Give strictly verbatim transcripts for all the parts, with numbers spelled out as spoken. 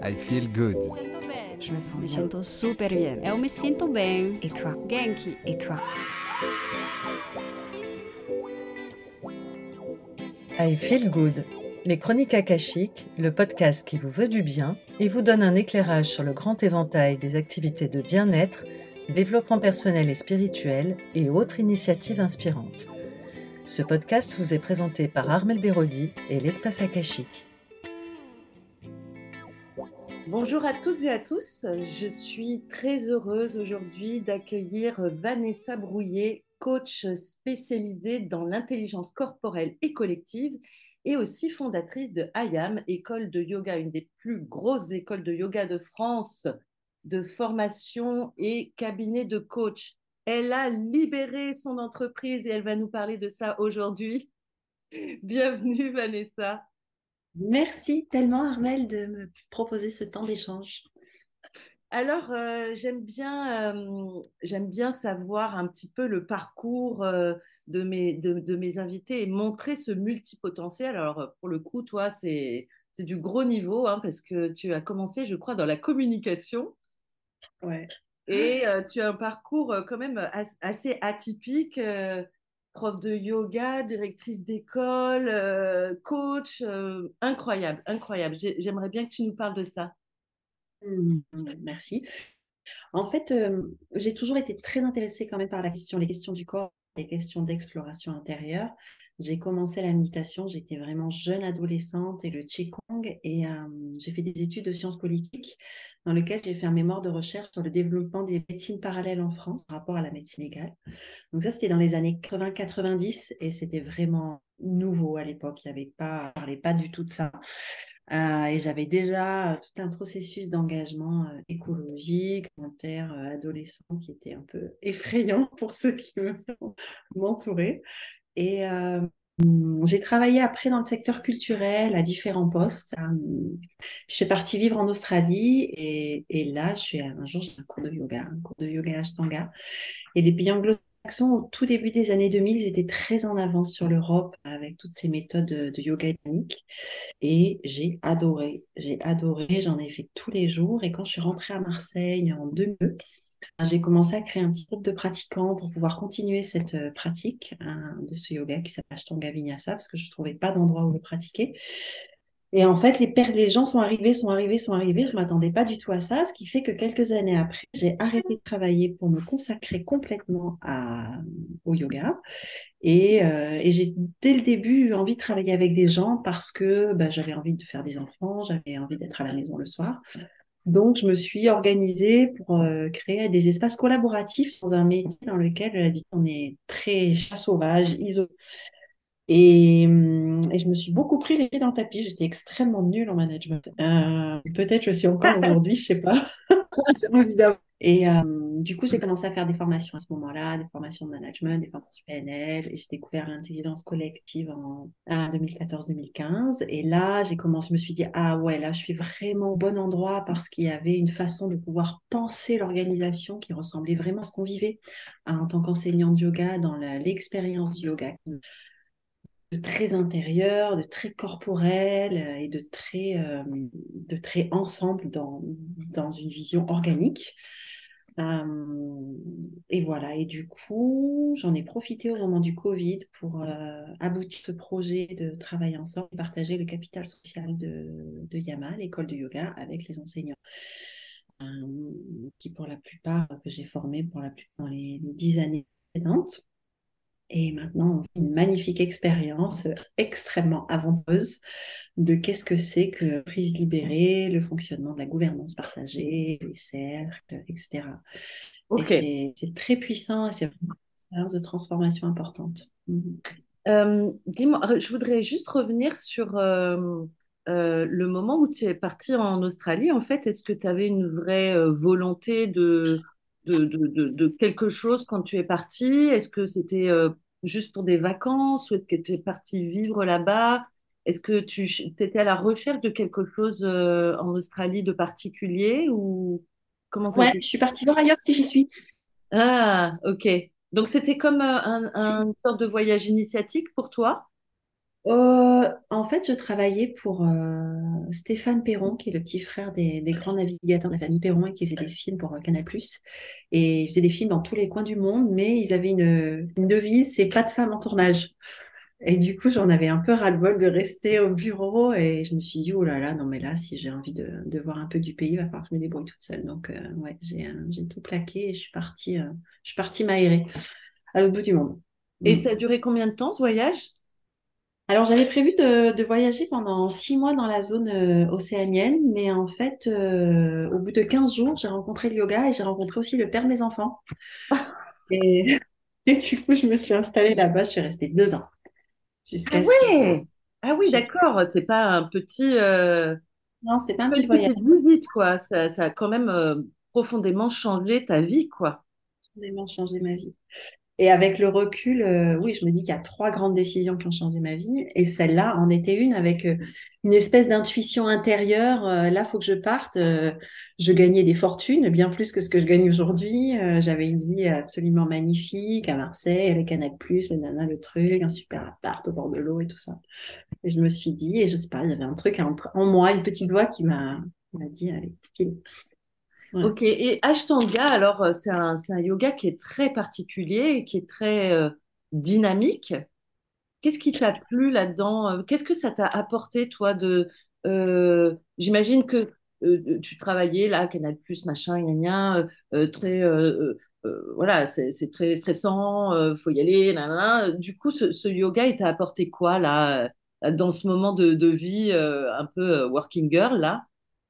I feel good. Je me sens Me bien. siento super bien. Eu me sinto bem. Et toi? Genki. Et toi? I Feel Good, les chroniques akashiques, le podcast qui vous veut du bien et vous donne un éclairage sur le grand éventail des activités de bien-être, développement personnel et spirituel et autres initiatives inspirantes. Ce podcast vous est présenté par Armelle Bérodi et l'Espace Akashique. Bonjour à toutes et à tous, je suis très heureuse aujourd'hui d'accueillir Vanessa Brouillet, coach spécialisée dans l'intelligence corporelle et collective et aussi fondatrice de I A M, école de yoga, une des plus grosses écoles de yoga de France, de formation et cabinet de coach. Elle a libéré son entreprise et elle va nous parler de ça aujourd'hui. Bienvenue Vanessa. Merci tellement Armelle de me proposer ce temps d'échange. Alors, euh, j'aime bien, euh, j'aime bien savoir un petit peu le parcours euh, de mes, de, de mes invités et montrer ce multipotentiel. Alors, pour le coup, toi, c'est, c'est du gros niveau hein, parce que tu as commencé, je crois, dans la communication Ouais. et euh, tu as un parcours euh, quand même as- assez atypique. Euh, prof de yoga, directrice d'école, euh, coach, euh, incroyable, incroyable. J'ai- J'aimerais bien que tu nous parles de ça. Mmh, merci. En fait, euh, j'ai toujours été très intéressée quand même par la question, les questions du corps, les questions d'exploration intérieure. J'ai commencé la méditation, j'étais vraiment jeune adolescente et le Qigong et euh, j'ai fait des études de sciences politiques dans lesquelles j'ai fait un mémoire de recherche sur le développement des médecines parallèles en France par rapport à la médecine légale. Donc ça, c'était dans les années quatre-vingts quatre-vingt-dix et c'était vraiment nouveau à l'époque. Il y avait pas, on parlait pas du tout de ça. Euh, et j'avais déjà euh, tout un processus d'engagement euh, écologique, volontaire, euh, adolescente qui était un peu effrayant pour ceux qui me- m'entouraient. Et euh, j'ai travaillé après dans le secteur culturel à différents postes. Euh, je suis partie vivre en Australie et, et là, je suis, un jour, j'ai un cours de yoga, un cours de yoga Ashtanga. Et les pays anglo-saxons, au tout début des années deux mille, ils étaient très en avance sur l'Europe avec toutes ces méthodes de, de yoga dynamique. Et j'ai adoré, j'ai adoré, j'en ai fait tous les jours. Et quand je suis rentrée à Marseille en deux mille, j'ai commencé à créer un petit groupe de pratiquants pour pouvoir continuer cette euh, pratique hein, de ce yoga qui s'appelle Ashtanga Vinyasa parce que je ne trouvais pas d'endroit où le pratiquer. Et en fait, les, per- les gens sont arrivés, sont arrivés, sont arrivés. Je ne m'attendais pas du tout à ça, ce qui fait que quelques années après, j'ai arrêté de travailler pour me consacrer complètement à, au yoga. Et, euh, et j'ai dès le début eu envie de travailler avec des gens parce que bah, j'avais envie de faire des enfants, j'avais envie d'être à la maison le soir. Donc, je me suis organisée pour euh, créer des espaces collaboratifs dans un métier dans lequel la vie, on est très chat sauvage, isolé. Et, hum, et je me suis beaucoup pris les pieds dans le tapis. J'étais extrêmement nulle en management. Euh, peut-être je suis encore aujourd'hui, je sais pas. J'ai envie d'avoir. Et euh, du coup, j'ai commencé à faire des formations à ce moment-là, des formations de management, des formations P N L, et j'ai découvert l'intelligence collective en, en deux mille quatorze deux mille quinze. Et là, j'ai commencé, je me suis dit, ah ouais, là, je suis vraiment au bon endroit parce qu'il y avait une façon de pouvoir penser l'organisation qui ressemblait vraiment à ce qu'on vivait hein, en tant qu'enseignant de yoga, dans la- l'expérience du yoga de très intérieur, de très corporel euh, et de très, euh, de très ensemble dans, dans une vision organique. Euh, et voilà, et du coup, j'en ai profité au moment du Covid pour euh, aboutir ce projet de travail ensemble et partager le capital social de, de Yama, l'école de yoga, avec les enseignants. Euh, qui pour la plupart, que j'ai formé pour la plupart dans les, les dix années précédentes. Et maintenant, on fait une magnifique expérience euh, extrêmement avantageuse de qu'est-ce que c'est que prise libérée, le fonctionnement de la gouvernance partagée, les cercles, et cetera. Et Ok. c'est, c'est très puissant et c'est vraiment une expérience de transformation importante. Mhm. Euh, dis-moi, je voudrais juste revenir sur euh, euh, le moment où tu es parti en Australie. En fait, est-ce que tu avais une vraie euh, volonté de, de, de, de- de quelque chose quand tu es parti? Est-ce que c'était euh, juste pour des vacances ou est-ce que tu es parti vivre là-bas? Est-ce que tu étais à la recherche de quelque chose euh, en Australie de particulier ou comment ça Ouais, s'est... je suis partie voir ailleurs si j'y suis. Ah, ok. Donc c'était comme euh, un, Je suis- un sorte de voyage initiatique pour toi? Euh, en fait, je travaillais pour euh, Stéphane Perron, qui est le petit frère des, des grands navigateurs de la famille Perron et qui faisait des films pour euh, Canal+. Et il faisait des films dans tous les coins du monde, mais ils avaient une, une devise, c'est pas de femmes en tournage. Et du coup, j'en avais un peu ras-le-bol de rester au bureau et je me suis dit, oh là là, non mais là, si j'ai envie de, de voir un peu du pays, il va falloir que je me débrouille toute seule. Donc, euh, ouais, j'ai, euh, j'ai tout plaqué et je suis partie, euh, je suis partie m'aérer à l'autre bout du monde. Et Mm. ça a duré combien de temps ce voyage? Alors, j'avais prévu de, de voyager pendant six mois dans la zone euh, océanienne, mais en fait, euh, au bout de quinze jours, j'ai rencontré le yoga et j'ai rencontré aussi le père de mes enfants. Et, et du coup, je me suis installée là-bas, je suis restée deux ans Ah jusqu'à ce que... ouais! Ah oui, jusqu'à ce- d'accord, c'est pas un petit, euh, Non, c'était pas un pas petit une voyage. petite visite, quoi. Ça, ça a quand même euh, profondément changé ta vie, quoi. Vraiment changé ma vie. Et avec le recul, euh, oui, je me dis qu'il y a trois grandes décisions qui ont changé ma vie. Et celle-là en était une avec euh, une espèce d'intuition intérieure. Euh, là, faut que je parte. Euh, je gagnais des fortunes, bien plus que ce que je gagne aujourd'hui. Euh, j'avais une vie absolument magnifique à Marseille, avec Canal+, le nana, le truc, un super appart au bord de l'eau et tout ça. Et je me suis dit, et je sais pas, il y avait un truc en, en moi, une petite voix qui m'a qui m'a dit, allez, file. Ouais. Ok, et Ashtanga, alors, euh, c'est un, c'est un yoga qui est très particulier et qui est très euh, dynamique. Qu'est-ce qui t'a plu là-dedans? euh, Qu'est-ce que ça t'a apporté, toi, de... euh, j'imagine que euh, tu travaillais là, Canal+, machin, gna gna, euh, euh, très... euh, euh, euh, voilà, c'est c'est très stressant, euh, faut y aller, nanana. Du coup, ce, ce yoga, il t'a apporté quoi, là, euh, dans ce moment de, de vie euh, un peu euh, working girl, là?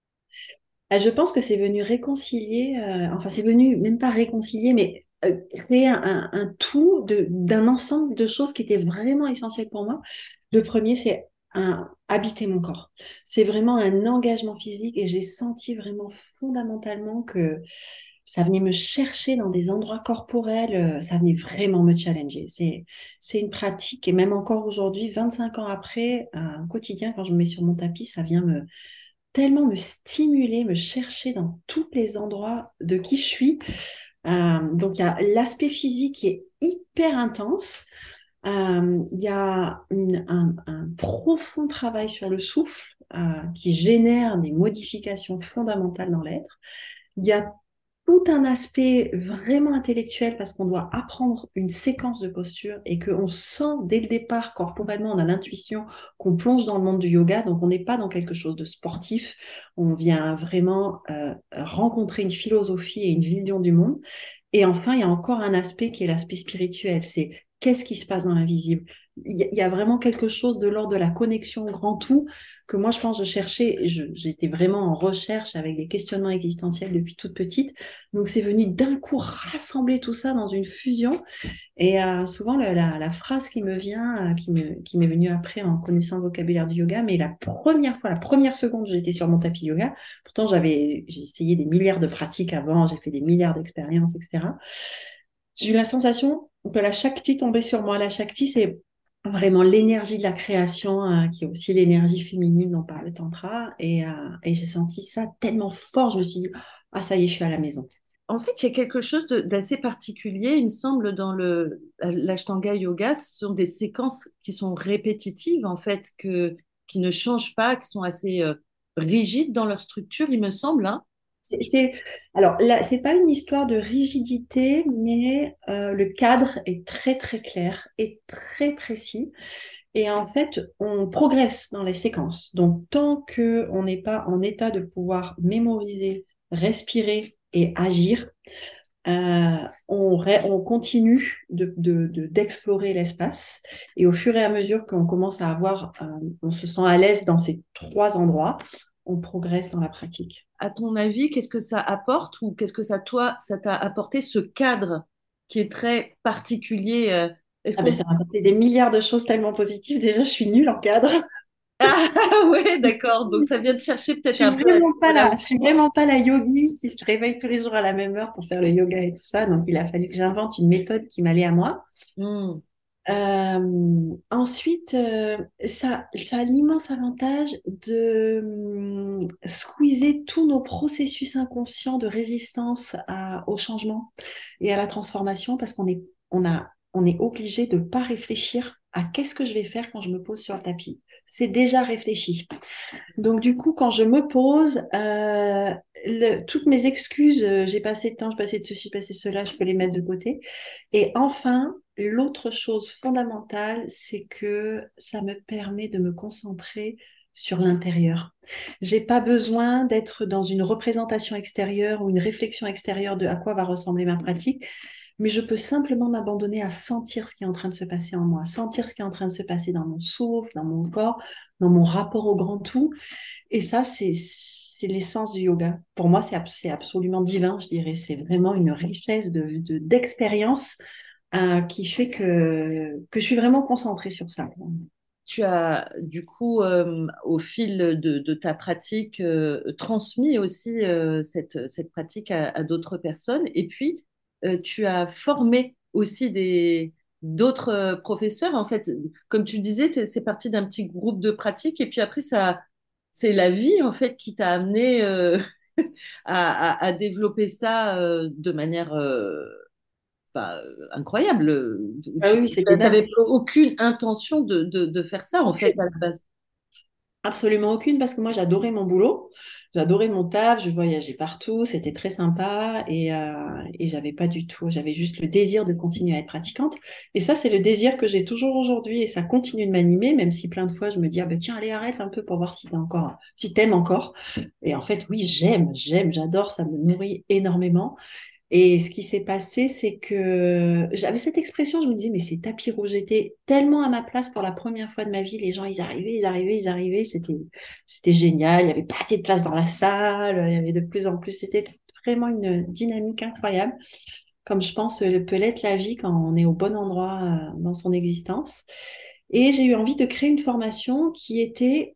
Ah, je pense que c'est venu réconcilier, euh, enfin c'est venu même pas réconcilier, mais euh, créer un, un- un tout de, d'un ensemble de choses qui étaient vraiment essentielles pour moi. Le premier, c'est un, habiter mon corps. C'est vraiment un engagement physique et j'ai senti vraiment fondamentalement que ça venait me chercher dans des endroits corporels, euh, ça venait vraiment me challenger. C'est, c'est une pratique et même encore aujourd'hui, vingt-cinq ans après, un quotidien, quand je me mets sur mon tapis, ça vient me tellement me stimuler, me chercher dans tous les endroits de qui je suis. Euh, donc, il y a l'aspect physique qui est hyper intense. Euh, Il y a une- un, un profond travail sur le souffle euh, qui génère des modifications fondamentales dans l'être. Il y a tout un aspect vraiment intellectuel parce qu'on doit apprendre une séquence de postures et qu'on sent dès le départ, corporellement, on a l'intuition qu'on plonge dans le monde du yoga. Donc, on n'est pas dans quelque chose de sportif. On vient vraiment euh, rencontrer une philosophie et une vision du monde. Et enfin, il y a encore un aspect qui est l'aspect spirituel. C'est qu'est-ce qui se passe dans l'invisible. Il y, a- il y a vraiment quelque chose de l'ordre de la connexion au grand tout que moi, je pense, je cherchais. Je- J'étais vraiment en recherche avec des questionnements existentiels depuis toute petite. Donc, c'est venu d'un coup rassembler tout ça dans une fusion. Et euh, souvent, le- la, la phrase qui me vient, euh, qui me, qui m'est venue après en connaissant le vocabulaire du yoga, mais la première fois, la première seconde, j'étais sur mon tapis yoga. Pourtant, j'avais, j'ai essayé des milliards de pratiques avant, j'ai fait des milliards d'expériences, et cetera. J'ai eu la sensation que la Shakti tombait sur moi. La Shakti, c'est vraiment l'énergie de la création, euh, qui est aussi l'énergie féminine dont parle le Tantra. Et, euh, et j'ai senti ça tellement fort, je me suis dit, ah ça y est, je suis à la maison. En fait, il y a quelque chose de- d'assez particulier, il me semble, dans le l'Ashtanga Yoga. Ce sont des séquences qui sont répétitives, en fait, que, qui ne changent pas, qui sont assez euh, rigides dans leur structure, il me semble, hein. C'est, c'est- alors là, c'est pas une histoire de rigidité, mais euh, le cadre est très très clair et très précis. Et en fait, on progresse dans les séquences. Donc, tant que on n'est pas en état de pouvoir mémoriser, respirer et agir, euh, on, ré- on continue de, de- de- d'explorer l'espace. Et au fur et à mesure qu'on commence à avoir, euh, on se sent à l'aise dans ces trois endroits, on progresse dans la pratique. À ton avis, qu'est-ce que ça apporte ou qu'est-ce que ça, toi, ça t'a apporté, ce cadre qui est très particulier euh, Est-ce Ah ben, qu'on... ça m'a apporté des milliards de choses tellement positives. Déjà, je suis nulle en cadre. Ah ouais, d'accord. Donc ça vient de chercher Je peut-être suis un peu à ce vraiment pas niveau-là là. Je aussi. suis vraiment pas la yogi qui se réveille tous les jours à la même heure pour faire le yoga et tout ça. Donc, il a fallu que j'invente une méthode qui m'allait à moi. Hmm. Euh, ensuite, euh, ça, ça a l'immense avantage de hum, squeezer tous nos processus inconscients de résistance à- au changement et à la transformation parce qu'on est, on a, on est obligé de ne pas réfléchir à qu'est-ce que je vais faire quand je me pose sur le tapis. C'est déjà réfléchi. Donc, du coup, quand je me pose, euh, le- toutes mes excuses, euh, j'ai passé de temps, j'ai passé de ceci, j'ai passé de cela, je peux les mettre de côté. Et enfin, l'autre chose fondamentale, c'est que ça me permet de me concentrer sur l'intérieur. J'ai pas besoin d'être dans une représentation extérieure ou une réflexion extérieure de à quoi va ressembler ma pratique, mais je peux simplement m'abandonner à sentir ce qui est en train de se passer en moi, sentir ce qui est en train de se passer dans mon souffle, dans mon corps, dans mon rapport au grand tout. Et ça, c'est c'est l'essence du yoga. Pour moi, c'est ab- c'est absolument divin, je dirais. C'est vraiment une richesse de, de- d'expérience euh, qui fait que, que je suis vraiment concentrée sur ça. Tu as du coup, euh, au fil de, de ta pratique, euh, transmis aussi euh, cette, cette pratique à, à d'autres personnes. Et puis, euh, tu as formé aussi des, d'autres euh, professeurs. En fait, comme tu disais, t'es- c'est parti d'un petit groupe de pratique. Et puis après, ça, c'est la vie, en fait, qui t'a amené euh, à, à- à développer ça euh, de manière euh, enfin, euh, incroyable. Ah Tu oui, oui, c'est n'avais divin. aucune intention de, de, de faire ça, en fait, à la base. Absolument aucune, parce que moi, j'adorais mon boulot, j'adorais mon taf, je voyageais partout, c'était très sympa et, euh, et j'avais pas du tout, j'avais juste le désir de continuer à être pratiquante. Et ça, c'est le désir que j'ai toujours aujourd'hui et ça continue de m'animer, même si plein de fois je me dis, ah ben tiens, allez, arrête un peu pour voir si t'es encore, si t'aimes encore. Et en fait, oui, j'aime, j'aime, j'adore, ça me nourrit énormément. Et ce qui s'est passé, c'est que j'avais cette expression, je me disais, mais c'est tapis rouge. J'étais tellement à ma place pour la première fois de ma vie. Les gens, ils arrivaient, ils arrivaient, ils arrivaient. C'était, c'était génial. Il n'y avait pas assez de place dans la salle. Il y avait de plus en plus. C'était vraiment une dynamique incroyable, comme je pense euh, peut l'être la vie quand on est au bon endroit euh, dans son existence. Et j'ai eu envie de créer une formation qui était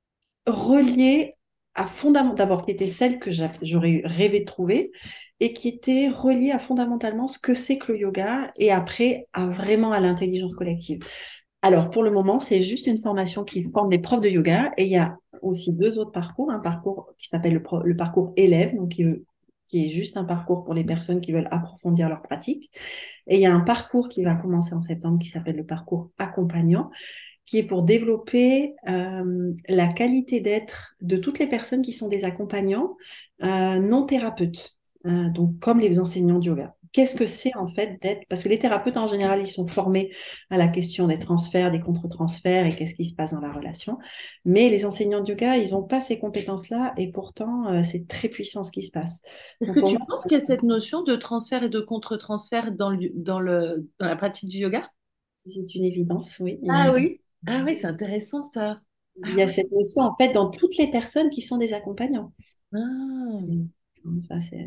reliée à fondamentalement, d'abord qui était celle que j'a- j'aurais rêvé de trouver et qui était reliée à fondamentalement ce que c'est que le yoga et après à vraiment à l'intelligence collective. Alors pour le moment, c'est juste une formation qui forme des profs de yoga et il y a aussi deux autres parcours, un parcours qui s'appelle le, pro- le parcours élève, donc qui, qui est juste un parcours pour les personnes qui veulent approfondir leur pratique. Et il y a un parcours qui va commencer en septembre qui s'appelle le parcours accompagnant qui est pour développer euh, la qualité d'être de toutes les personnes qui sont des accompagnants euh, non thérapeutes, euh, donc comme les enseignants de yoga. Qu'est-ce que c'est en fait d'être... Parce que les thérapeutes en général, ils sont formés à la question des transferts, des contre-transferts et qu'est-ce qui se passe dans la relation. Mais les enseignants de yoga, ils n'ont pas ces compétences-là et pourtant, euh, c'est très puissant ce qui se passe. Est-ce Donc que pour tu moi, penses qu'il y a cette notion de transfert et de contre-transfert dans le, dans le, dans la pratique du yoga? c'est une évidence, oui. Il y Ah a, oui, ah oui, c'est intéressant ça. il Ah y a oui. cette notion en fait dans toutes les personnes qui sont des accompagnants. Ah. Ça, c'est...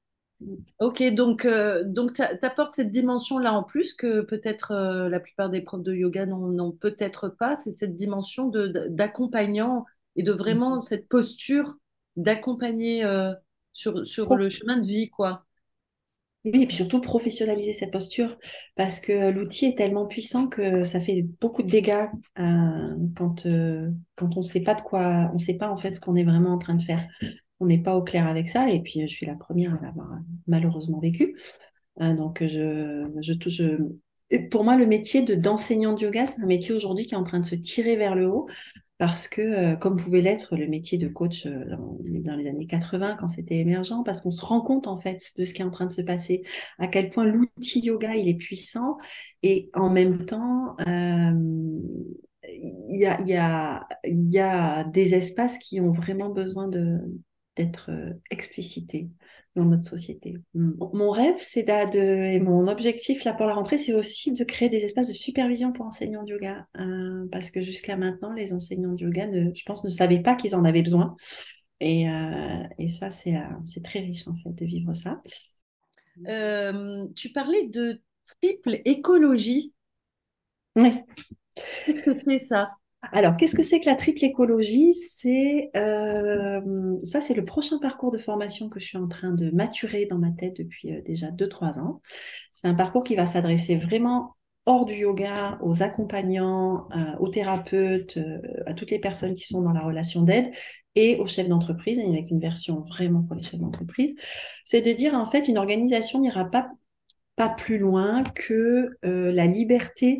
Ok, donc, euh, donc tu apportes cette dimension-là en plus que peut-être euh, la plupart des profs de yoga n'ont n'ont peut-être pas, c'est cette dimension de, d- d'accompagnant et de vraiment cette posture d'accompagner euh, sur, sur le chemin de vie, quoi. Oui, et puis surtout professionnaliser cette posture parce que l'outil est tellement puissant que ça fait beaucoup de dégâts euh, quand, euh, quand on ne sait pas de quoi, on ne sait pas en fait ce qu'on est vraiment en train de faire. On n'est pas au clair avec ça et puis je suis la première à l'avoir malheureusement vécu. Euh, donc je, je, touche- je- et pour moi, le métier de d'enseignant de yoga, c'est un métier aujourd'hui qui est en train de se tirer vers le haut parce que, euh, comme pouvait l'être le métier de coach euh, dans, dans les années quatre-vingts, quand c'était émergent, parce qu'on se rend compte, en fait, de ce qui est en train de se passer, à quel point l'outil yoga, il est puissant, et en même temps, euh, il y a, il y a, il y a des espaces qui ont vraiment besoin de, d'être euh, explicités dans notre société. Mm. Mon rêve, c'est d'a- de, et mon objectif là pour la rentrée, c'est aussi de créer des espaces de supervision pour enseignants de yoga, euh, parce que jusqu'à maintenant, les enseignants de yoga, ne, je pense, ne savaient pas qu'ils en avaient besoin. Et, euh, et ça, c'est euh, c'est très riche en fait de vivre ça. Euh, tu parlais de triple écologie. Ouais. Qu'est-ce que c'est ça? Alors, qu'est-ce que c'est que la triple écologie? C'est euh, ça, c'est le prochain parcours de formation que je suis en train de maturer dans ma tête depuis euh, déjà deux trois ans. C'est un parcours qui va s'adresser vraiment hors du yoga, aux accompagnants, euh, aux thérapeutes, euh, à toutes les personnes qui sont dans la relation d'aide et aux chefs d'entreprise, avec une version vraiment pour les chefs d'entreprise. C'est de dire, en fait, une organisation n'ira pas, pas plus loin que euh, la liberté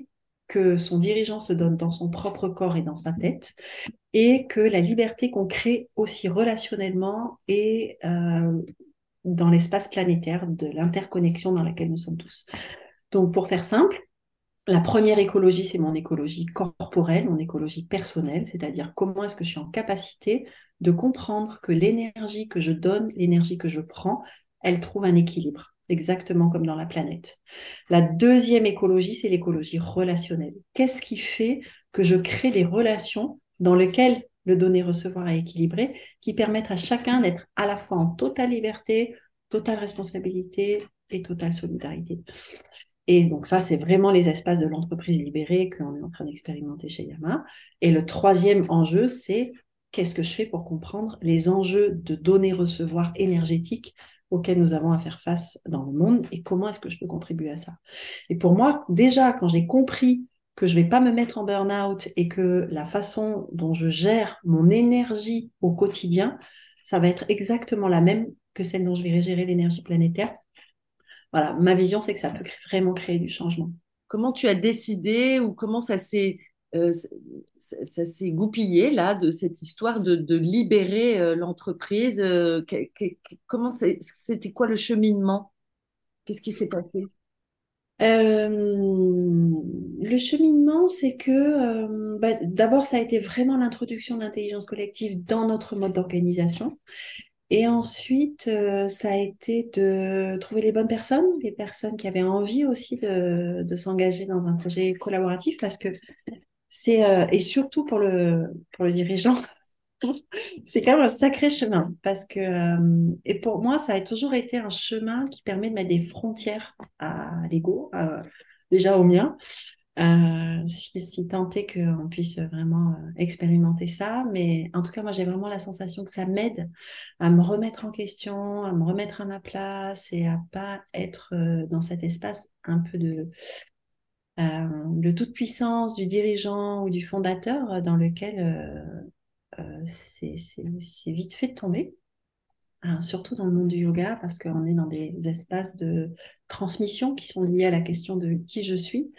que son dirigeant se donne dans son propre corps et dans sa tête, et que la liberté qu'on crée aussi relationnellement et euh, dans l'espace planétaire de l'interconnexion dans laquelle nous sommes tous. Donc, pour faire simple, la première écologie, c'est mon écologie corporelle, mon écologie personnelle, c'est-à-dire comment est-ce que je suis en capacité de comprendre que l'énergie que je donne, l'énergie que je prends, elle trouve un équilibre, exactement comme dans la planète. La deuxième écologie, c'est l'écologie relationnelle. Qu'est-ce qui fait que je crée des relations dans lesquelles le donner-recevoir est équilibré, qui permettent à chacun d'être à la fois en totale liberté, totale responsabilité et totale solidarité. Et donc ça, c'est vraiment les espaces de l'entreprise libérée qu'on est en train d'expérimenter chez Yama. Et le troisième enjeu, c'est qu'est-ce que je fais pour comprendre les enjeux de donner-recevoir énergétique auxquels nous avons à faire face dans le monde et comment est-ce que je peux contribuer à ça. Et pour moi, déjà, quand j'ai compris que je ne vais pas me mettre en burn-out et que la façon dont je gère mon énergie au quotidien, ça va être exactement la même que celle dont je vais gérer l'énergie planétaire. Voilà, ma vision, c'est que ça peut vraiment créer du changement. Comment tu as décidé ou comment ça s'est euh, ça, ça s'est goupillé là de cette histoire de, de libérer euh, l'entreprise euh, que, que, comment c'est- c'était quoi le cheminement? Qu'est-ce qui s'est passé? Euh, le cheminement, c'est que euh, bah, d'abord, ça a été vraiment l'introduction de l'intelligence collective dans notre mode d'organisation. Et ensuite, euh, ça a été de trouver les bonnes personnes, les personnes qui avaient envie aussi de, de s'engager dans un projet collaboratif, parce que c'est, euh, et surtout pour le, pour le dirigeant, c'est quand même un sacré chemin, parce que, euh, et pour moi, ça a toujours été un chemin qui permet de mettre des frontières à l'ego, à- déjà au mien, euh, si, si tant est qu'on puisse vraiment euh, expérimenter ça. Mais en tout cas, moi, j'ai vraiment la sensation que ça m'aide à me remettre en question, à me remettre à ma place et à pas être euh, dans cet espace un peu de, euh, de toute puissance du dirigeant ou du fondateur euh, dans lequel euh, euh, c'est c'est- c'est vite fait de tomber. Euh, surtout dans le monde du yoga, parce qu'on est dans des espaces de transmission qui sont liés à la question de qui je suis.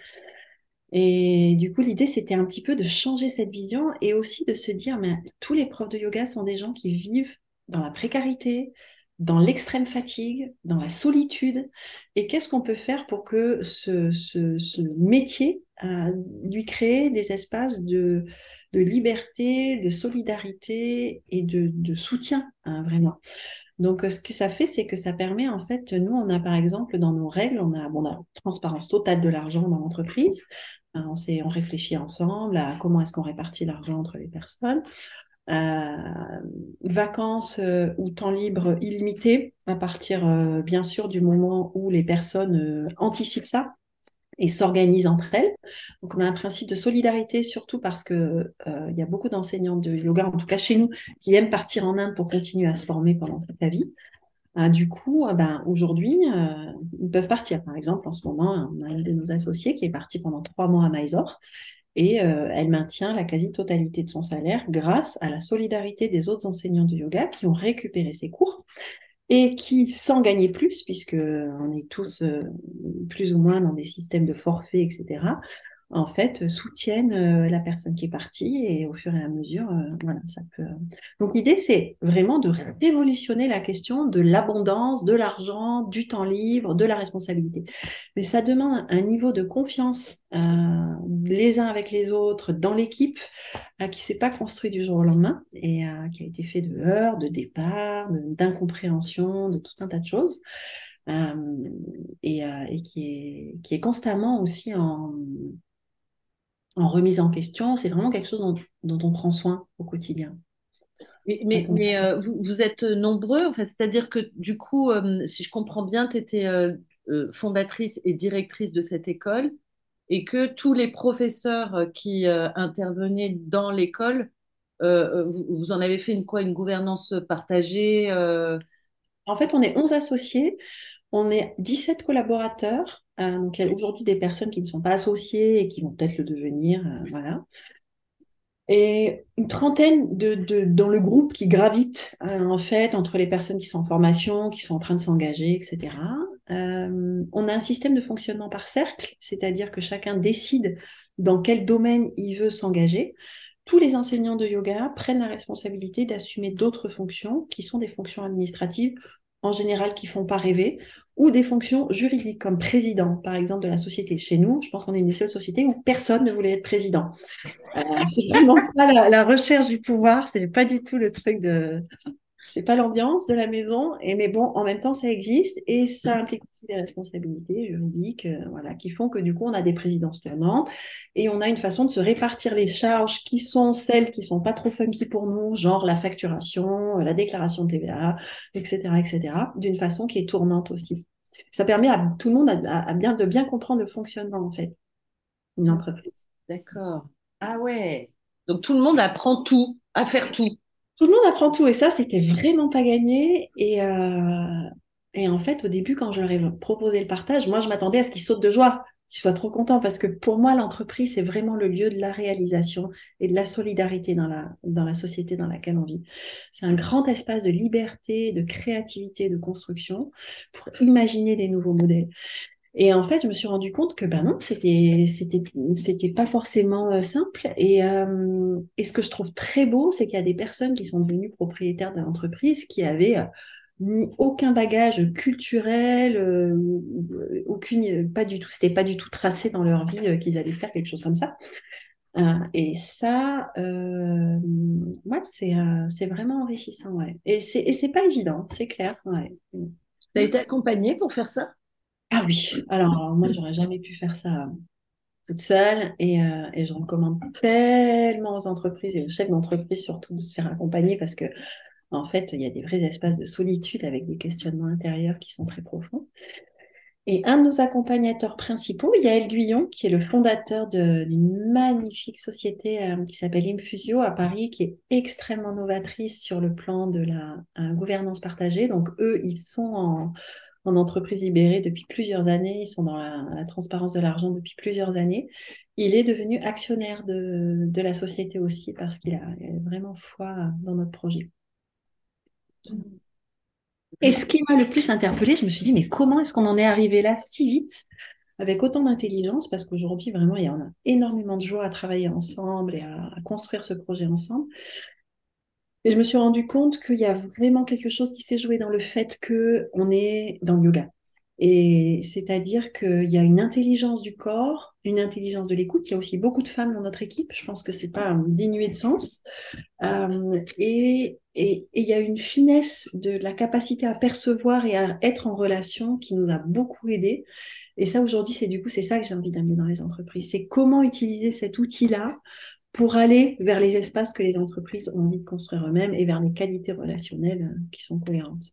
Et du coup, l'idée, c'était un petit peu de changer cette vision et aussi de se dire, mais tous les profs de yoga sont des gens qui vivent dans la précarité, dans l'extrême fatigue, dans la solitude. Et qu'est-ce qu'on peut faire pour que ce, ce, ce métier euh, lui crée des espaces de, de liberté, de solidarité et de, de soutien, hein, vraiment. Donc, euh, ce que ça fait, c'est que ça permet, en fait, nous, on a par exemple, dans nos règles, on a, bon, on a transparence totale de l'argent dans l'entreprise. Euh, on s'est, on réfléchit ensemble à comment est-ce qu'on répartit l'argent entre les personnes. Euh, vacances euh, ou temps libre illimité, à partir, euh, bien sûr, du moment où les personnes euh, anticipent ça et s'organisent entre elles. Donc, on a un principe de solidarité, surtout parce que euh, il y a beaucoup d'enseignants de yoga, en tout cas chez nous, qui aiment partir en Inde pour continuer à se former pendant toute la vie. Euh, du coup, euh, ben, aujourd'hui, euh, ils peuvent partir. Par exemple, en ce moment, on a une de nos associés qui est partie pendant trois mois à Mysore et euh, elle maintient la quasi-totalité de son salaire grâce à la solidarité des autres enseignants de yoga qui ont récupéré ses cours et qui, sans gagner plus, puisque on est tous euh, plus ou moins dans des systèmes de forfait, et cetera, en fait, soutiennent euh, la personne qui est partie et au fur et à mesure, euh, voilà, ça peut. Donc l'idée, c'est vraiment de révolutionner la question de l'abondance, de l'argent, du temps libre, de la responsabilité. Mais ça demande un niveau de confiance euh, les uns avec les autres dans l'équipe euh, qui s'est pas construit du jour au lendemain et euh, qui a été fait de heurts, de départs, de- d'incompréhension, de tout un tas de choses. Euh, et, euh, et qui est, qui est constamment aussi en, en remise en question. C'est vraiment quelque chose dont, dont on prend soin au quotidien. Mais, À mais, ton mais, euh, avis. vous, vous êtes nombreux, enfin, c'est-à-dire que du coup, euh, si je comprends bien, tu étais euh, euh, fondatrice et directrice de cette école et que tous les professeurs euh, qui euh, intervenaient dans l'école, euh, euh, vous, vous en avez fait une quoi, une gouvernance partagée euh, En fait, on est onze associés, on est dix-sept collaborateurs. Euh, donc, il y a aujourd'hui des personnes qui ne sont pas associées et qui vont peut-être le devenir. Euh, voilà. Et une trentaine de, de, dans le groupe qui gravite, euh, en fait, entre les personnes qui sont en formation, qui sont en train de s'engager, et cetera. Euh, on a un système de fonctionnement par cercle, c'est-à-dire que chacun décide dans quel domaine il veut s'engager. Tous les enseignants de yoga prennent la responsabilité d'assumer d'autres fonctions qui sont des fonctions administratives, en général qui ne font pas rêver, ou des fonctions juridiques comme président, par exemple, de la société. Chez nous, je pense qu'on est une des seules sociétés où personne ne voulait être président. Euh, c'est vraiment pas la, la recherche du pouvoir, c'est pas du tout le truc de c'est pas l'ambiance de la maison, et, mais bon, en même temps, ça existe et ça implique aussi des responsabilités juridiques euh, voilà, qui font que du coup, on a des présidences tournantes et on a une façon de se répartir les charges qui sont celles qui sont pas trop funky pour nous, genre la facturation, la déclaration de T V A, et cetera, et cetera, d'une façon qui est tournante aussi. Ça permet à tout le monde à, à bien, de bien comprendre le fonctionnement, en fait, d'une entreprise. D'accord. Ah ouais. Donc tout le monde apprend tout, à faire tout. Tout le monde apprend tout et ça, c'était vraiment pas gagné. Et, euh, et en fait, au début, quand je leur ai proposé le partage, moi, je m'attendais à ce qu'ils sautent de joie, qu'ils soient trop contents parce que pour moi, l'entreprise, c'est vraiment le lieu de la réalisation et de la solidarité dans la, dans la société dans laquelle on vit. C'est un grand espace de liberté, de créativité, de construction pour imaginer des nouveaux modèles. Et en fait, je me suis rendu compte que ben non, c'était c'était c'était pas forcément euh, simple. Et, euh, et ce que je trouve très beau, c'est qu'il y a des personnes qui sont devenues propriétaires de l'entreprise qui avaient euh, ni aucun bagage culturel, euh, euh, aucune, pas du tout, c'était pas du tout tracé dans leur vie euh, qu'ils allaient faire quelque chose comme ça. Euh, et ça, euh, ouais, c'est euh, c'est vraiment enrichissant, ouais. Et c'est et c'est pas évident, c'est clair, ouais. Tu as été accompagnée pour faire ça? Ah oui, alors moi, j'aurais jamais pu faire ça toute seule et, euh, et je recommande tellement aux entreprises et aux chefs d'entreprise surtout de se faire accompagner parce que en fait, il y a des vrais espaces de solitude avec des questionnements intérieurs qui sont très profonds. Et un de nos accompagnateurs principaux, Yael Guyon, qui est le fondateur de- d'une magnifique société euh, qui s'appelle Infusio à Paris, qui est extrêmement novatrice sur le plan de la euh, gouvernance partagée. Donc eux, ils sont en, en entreprise libérée depuis plusieurs années, ils sont dans la, la transparence de l'argent depuis plusieurs années. Il est devenu actionnaire de, de la société aussi parce qu'il a, il a vraiment foi dans notre projet. Et ce qui m'a le plus interpellée, je me suis dit, mais comment est-ce qu'on en est arrivé là si vite, avec autant d'intelligence, parce qu'aujourd'hui, vraiment, il y en a énormément de joie à travailler ensemble et à, à construire ce projet ensemble. Et je me suis rendu compte qu'il y a vraiment quelque chose qui s'est joué dans le fait qu'on est dans le yoga. Et c'est-à-dire qu'il y a une intelligence du corps, une intelligence de l'écoute. Il y a aussi beaucoup de femmes dans notre équipe. Je pense que c'est pas dénué de sens. Euh, et et et il y a une finesse de la capacité à percevoir et à être en relation qui nous a beaucoup aidés. Et ça, aujourd'hui, c'est du coup, c'est ça que j'ai envie d'amener dans les entreprises. C'est comment utiliser cet outil-là pour aller vers les espaces que les entreprises ont envie de construire eux-mêmes et vers les qualités relationnelles euh, qui sont cohérentes.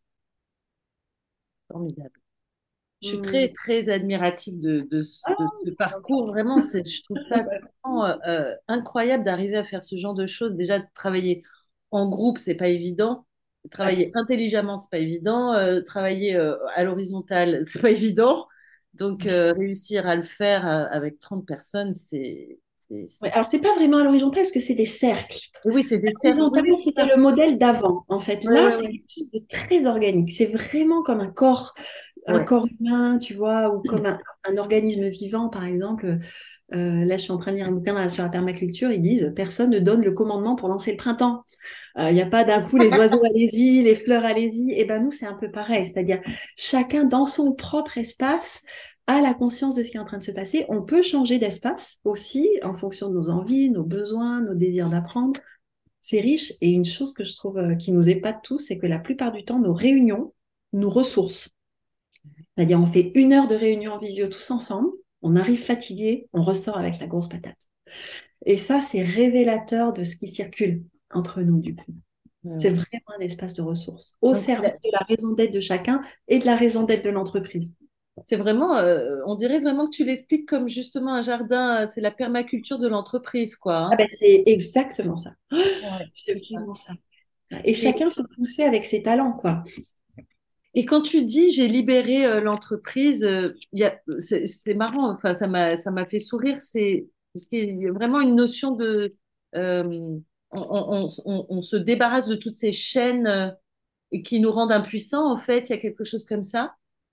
Formidable. Je suis Mmh. très, très admirative de, de, ce, Ah, de ce parcours. Vraiment, c'est, je trouve ça vraiment, euh, incroyable d'arriver à faire ce genre de choses. Déjà, de travailler en groupe, c'est pas évident. Travailler ouais. intelligemment, c'est pas évident. Euh, travailler euh, à l'horizontale, c'est pas évident. Donc, euh, réussir à le faire euh, avec trente personnes, c'est... c'est- Ouais, c'est- alors, c'est pas vraiment à l'horizontale parce que c'est des cercles. Oui, c'est des cercles. Oui, L'horizontale, oui, c'est c'était ça. le modèle d'avant. En fait, Oui, là, oui, c'est oui. quelque chose de très organique. C'est vraiment comme un corps, un Ouais. corps humain, tu vois, ou comme un, un organisme vivant, par exemple. Euh, là, je suis en train de lire un bouquin dans la- sur la permaculture. Ils disent, personne ne donne le commandement pour lancer le printemps. Il n'y a pas d'un coup les oiseaux, allez-y, les fleurs, allez-y. Et ben nous, c'est un peu pareil. C'est-à-dire, chacun dans son propre espace a la conscience de ce qui est en train de se passer. On peut changer d'espace aussi en fonction de nos envies, nos besoins, nos désirs d'apprendre. C'est riche. Et une chose que je trouve euh, qui nous épate tous, c'est que la plupart du temps, nos réunions nous ressourcent. C'est-à-dire, on fait une heure de réunion en visio tous ensemble, on arrive fatigué, on ressort avec la grosse patate. Et ça, c'est révélateur de ce qui circule entre nous, du coup. Ouais, C'est ouais. vraiment un espace de ressources au Donc, c'est service de la raison d'être de chacun et de la raison d'être de l'entreprise. c'est vraiment, euh, on dirait vraiment que tu l'expliques comme justement un jardin, euh, c'est la permaculture de l'entreprise, quoi. Ah Hein. ben, c'est exactement ça. Ouais, C'est c'est ça. vraiment ça. Et Et, chacun se pousser avec ses talents, quoi. et quand tu dis j'ai libéré euh, l'entreprise, euh, il y a- c'est c'est marrant, enfin, ça m'a, ça m'a fait sourire, c'est parce qu'il y a vraiment une notion de, euh, on, on- on- on se débarrasse de toutes ces chaînes euh, qui nous rendent impuissants, en fait, il y a quelque chose comme ça.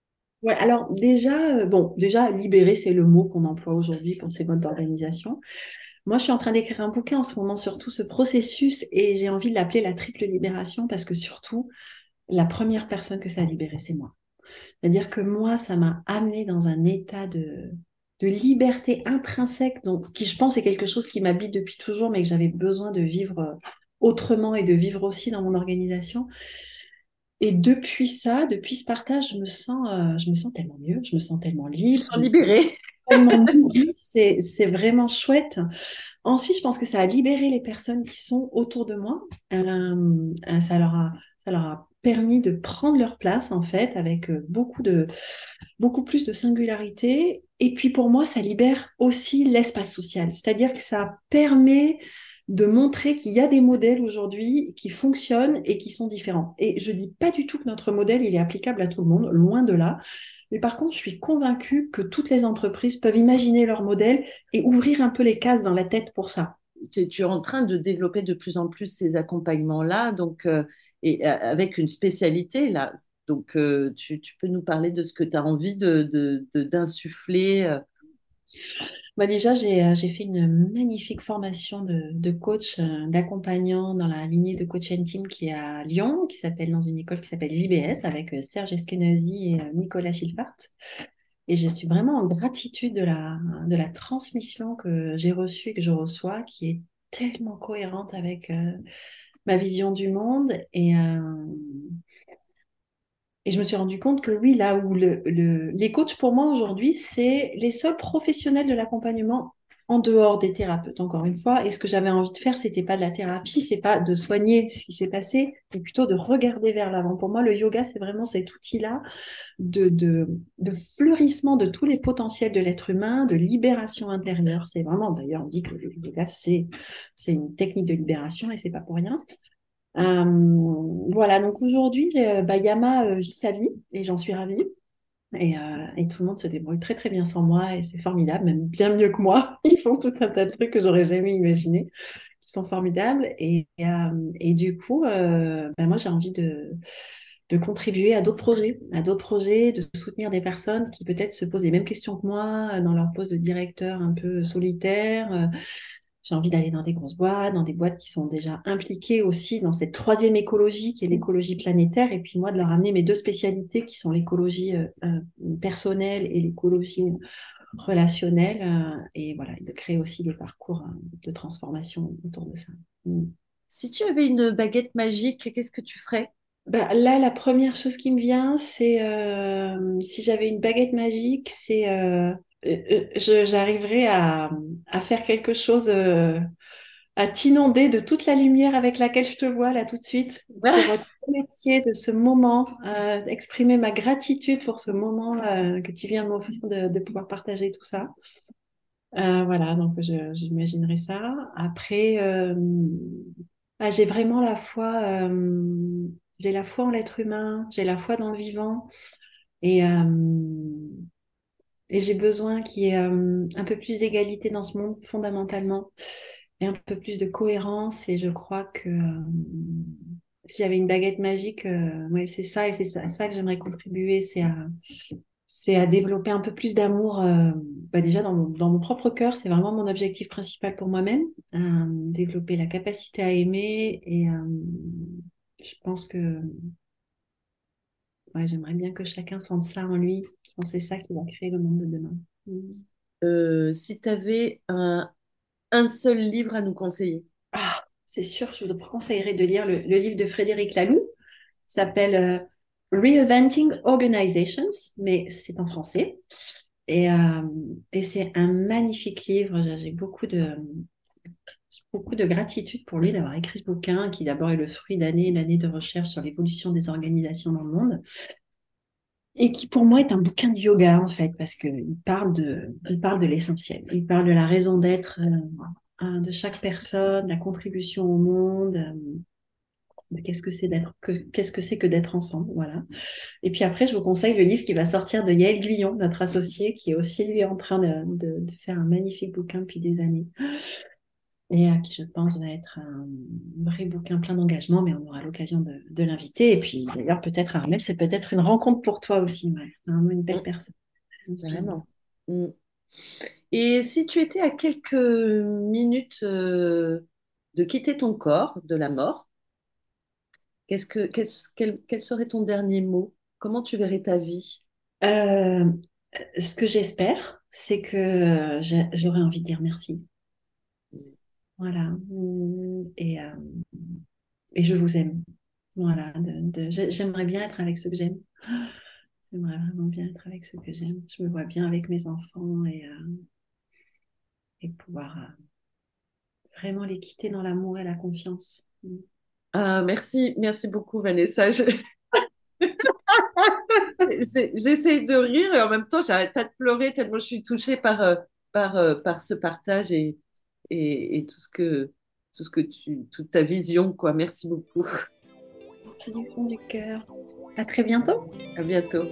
Ouais, alors déjà, euh, bon, déjà, libérer, c'est le mot qu'on emploie aujourd'hui pour ces modes d'organisation. Moi, je suis en train d'écrire un bouquin en ce moment sur tout ce processus et j'ai envie de l'appeler la triple libération parce que surtout, la première personne que ça a libéré, c'est moi. C'est-à-dire que moi, ça m'a amené dans un état de, de liberté intrinsèque, donc, qui je pense est quelque chose qui m'habite depuis toujours, mais que j'avais besoin de vivre euh, autrement et de vivre aussi dans mon organisation. Et depuis ça, depuis ce partage, je me sens, euh, je me sens tellement mieux, je me sens tellement Je libre, sens je me sens libérée. tellement nourrie, c'est, c'est vraiment chouette. Ensuite, je pense que ça a libéré les personnes qui sont autour de moi. Euh, euh, ça leur a, ça leur a permis de prendre leur place, en fait, avec euh, beaucoup de, beaucoup plus de singularité. Et puis pour moi, ça libère aussi l'espace social. C'est-à-dire que ça permet de montrer qu'il y a des modèles aujourd'hui qui fonctionnent et qui sont différents. Et je dis pas du tout que notre modèle, il est applicable à tout le monde, loin de là. Mais par contre, je suis convaincue que toutes les entreprises peuvent imaginer leur modèle et ouvrir un peu les cases dans la tête pour ça. Tu, tu es en train de développer de plus en plus ces accompagnements-là, donc, euh, et euh, avec une spécialité là. Donc, euh, tu, tu peux nous parler de ce que tu as envie de, de- de- d'insuffler. euh. Bah déjà, j'ai euh, j'ai fait une magnifique formation de, de coach, euh, d'accompagnant dans la lignée de Coach and Team qui est à Lyon, qui s'appelle dans une école qui s'appelle J B S avec euh, Serge Eskenazi et euh, Nicolas Schilfart. Et je suis vraiment en gratitude de la, de la transmission que j'ai reçue et que je reçois, qui est tellement cohérente avec euh, ma vision du monde. Et, euh, et je me suis rendu compte que oui, là où le, le- les coachs pour moi aujourd'hui, c'est les seuls professionnels de l'accompagnement en dehors des thérapeutes, encore une fois. Et ce que j'avais envie de faire, c'était pas de la thérapie, c'est pas de soigner ce qui s'est passé, mais plutôt de regarder vers l'avant. Pour moi, le yoga, c'est vraiment cet outil-là de, de, de fleurissement de tous les potentiels de l'être humain, de libération intérieure. C'est vraiment, d'ailleurs, on dit que le yoga, c'est, c'est une technique de libération et c'est pas pour rien. Euh, voilà, donc aujourd'hui, euh, bah, Yama euh, vit sa vie et j'en suis ravie. Et, euh, et tout le monde se débrouille très très bien sans moi et c'est formidable, même bien mieux que moi. Ils font tout un tas de trucs que j'aurais jamais imaginé, qui sont formidables. Et, euh, et du coup, euh, bah, moi j'ai envie de, de contribuer à d'autres projets, à d'autres projets, de soutenir des personnes qui peut-être se posent les mêmes questions que moi euh, dans leur poste de directeur un peu solitaire. Euh, J'ai envie d'aller dans des grosses boîtes, dans des boîtes qui sont déjà impliquées aussi dans cette troisième écologie qui est l'écologie planétaire. Et puis moi, de leur amener mes deux spécialités qui sont l'écologie euh, euh, personnelle et l'écologie relationnelle. Euh, et voilà, et de créer aussi des parcours euh, de transformation autour de ça. Mm. Si tu avais une baguette magique, qu'est-ce que tu ferais? Bah, là, la première chose qui me vient, c'est euh, si j'avais une baguette magique, c'est euh, euh, euh, je- j'arriverais à, à faire quelque chose, euh, à t'inonder de toute la lumière avec laquelle je te vois là tout de suite, pour te remercier de ce moment, euh, exprimer ma gratitude pour ce moment euh, que tu viens de m'offrir de, de pouvoir partager tout ça. Euh, voilà, donc je- j'imaginerais ça. Après, euh, ah, j'ai vraiment la foi, euh, j'ai la foi en l'être humain, j'ai la foi dans le vivant et, euh, et j'ai besoin qu'il y ait euh, un peu plus d'égalité dans ce monde fondamentalement et un peu plus de cohérence. Et je crois que euh, si j'avais une baguette magique, euh, ouais, c'est ça et c'est ça, ça que j'aimerais contribuer, c'est à, c'est à développer un peu plus d'amour, euh, bah déjà dans mon, dans mon propre cœur, c'est vraiment mon objectif principal pour moi-même, euh, développer la capacité à aimer et euh, je pense que ouais, j'aimerais bien que chacun sente ça en lui. Je pense que c'est ça qui va créer le monde de demain. Mm. Euh, si tu avais un, un seul livre à nous conseiller. Ah, c'est sûr, je vous conseillerais de lire le, le livre de Frédéric Laloux, qui s'appelle euh, Reinventing Organizations, mais c'est en français. Et, euh, et c'est un magnifique livre. J'ai j'ai beaucoup de, beaucoup de gratitude pour lui d'avoir écrit ce bouquin, qui d'abord est le fruit d'années et d'années de recherche sur l'évolution des organisations dans le monde, et qui pour moi est un bouquin de yoga en fait, parce qu'il parle de, il parle de l'essentiel. Il parle de la raison d'être euh, de chaque personne, la contribution au monde. Euh, de qu'est-ce que c'est d'être que, qu'est-ce que c'est que d'être ensemble, voilà. Et puis après, je vous conseille le livre qui va sortir de Yael Guyon, notre associé, qui est aussi lui en train de, de, de faire un magnifique bouquin depuis des années. et euh, qui, je pense, va être un vrai bouquin plein d'engagement, mais on aura l'occasion de, de l'inviter. Et puis, d'ailleurs, peut-être, Armelle, c'est peut-être une rencontre pour toi aussi. Ouais. Vraiment une belle Mm, personne. Très inspirante. vraiment. Mm. Et si tu étais à quelques minutes euh, de quitter ton corps, de la mort, qu'est-ce que, qu'est-ce- quel, quel serait ton dernier mot? Comment tu verrais ta vie? Euh, ce que j'espère, c'est que euh, j'ai- j'aurais envie de dire merci. Voilà. Mm, Et, euh, et je vous aime. Voilà. De- de- j'ai- j'aimerais bien être avec ceux que j'aime. J'aimerais vraiment bien être avec ceux que j'aime. Je me vois bien avec mes enfants et, euh, et pouvoir euh, vraiment les quitter dans l'amour et la confiance. Mm. Ah, merci, merci beaucoup, Vanessa. Je- j'ai- J'essaie de rire et en même temps, j'arrête pas de pleurer tellement je suis touchée par, euh, par, euh, par ce partage et, et, et tout ce que, tout ce que tu, toute ta vision, quoi. Merci beaucoup. C'est du fond du cœur. À très bientôt. À bientôt.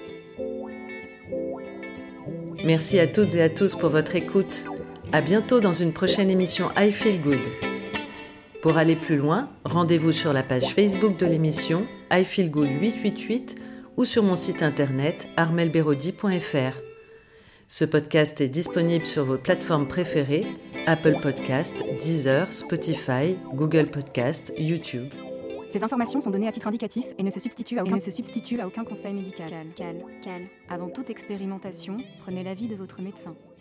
Merci à toutes et à tous pour votre écoute. À bientôt dans une prochaine émission I Feel Good. Pour aller plus loin, rendez-vous sur la page Facebook de l'émission I Feel Good huit cent quatre-vingt-huit ou sur mon site internet armelle beraudy point f r. Ce podcast est disponible sur vos plateformes préférées, Apple Podcasts, Deezer, Spotify, Google Podcasts, YouTube. Ces informations sont données à titre indicatif et ne se substituent à aucun, ne se substituent à aucun conseil médical. Cal, cal, cal. Avant toute expérimentation, prenez l'avis de votre médecin.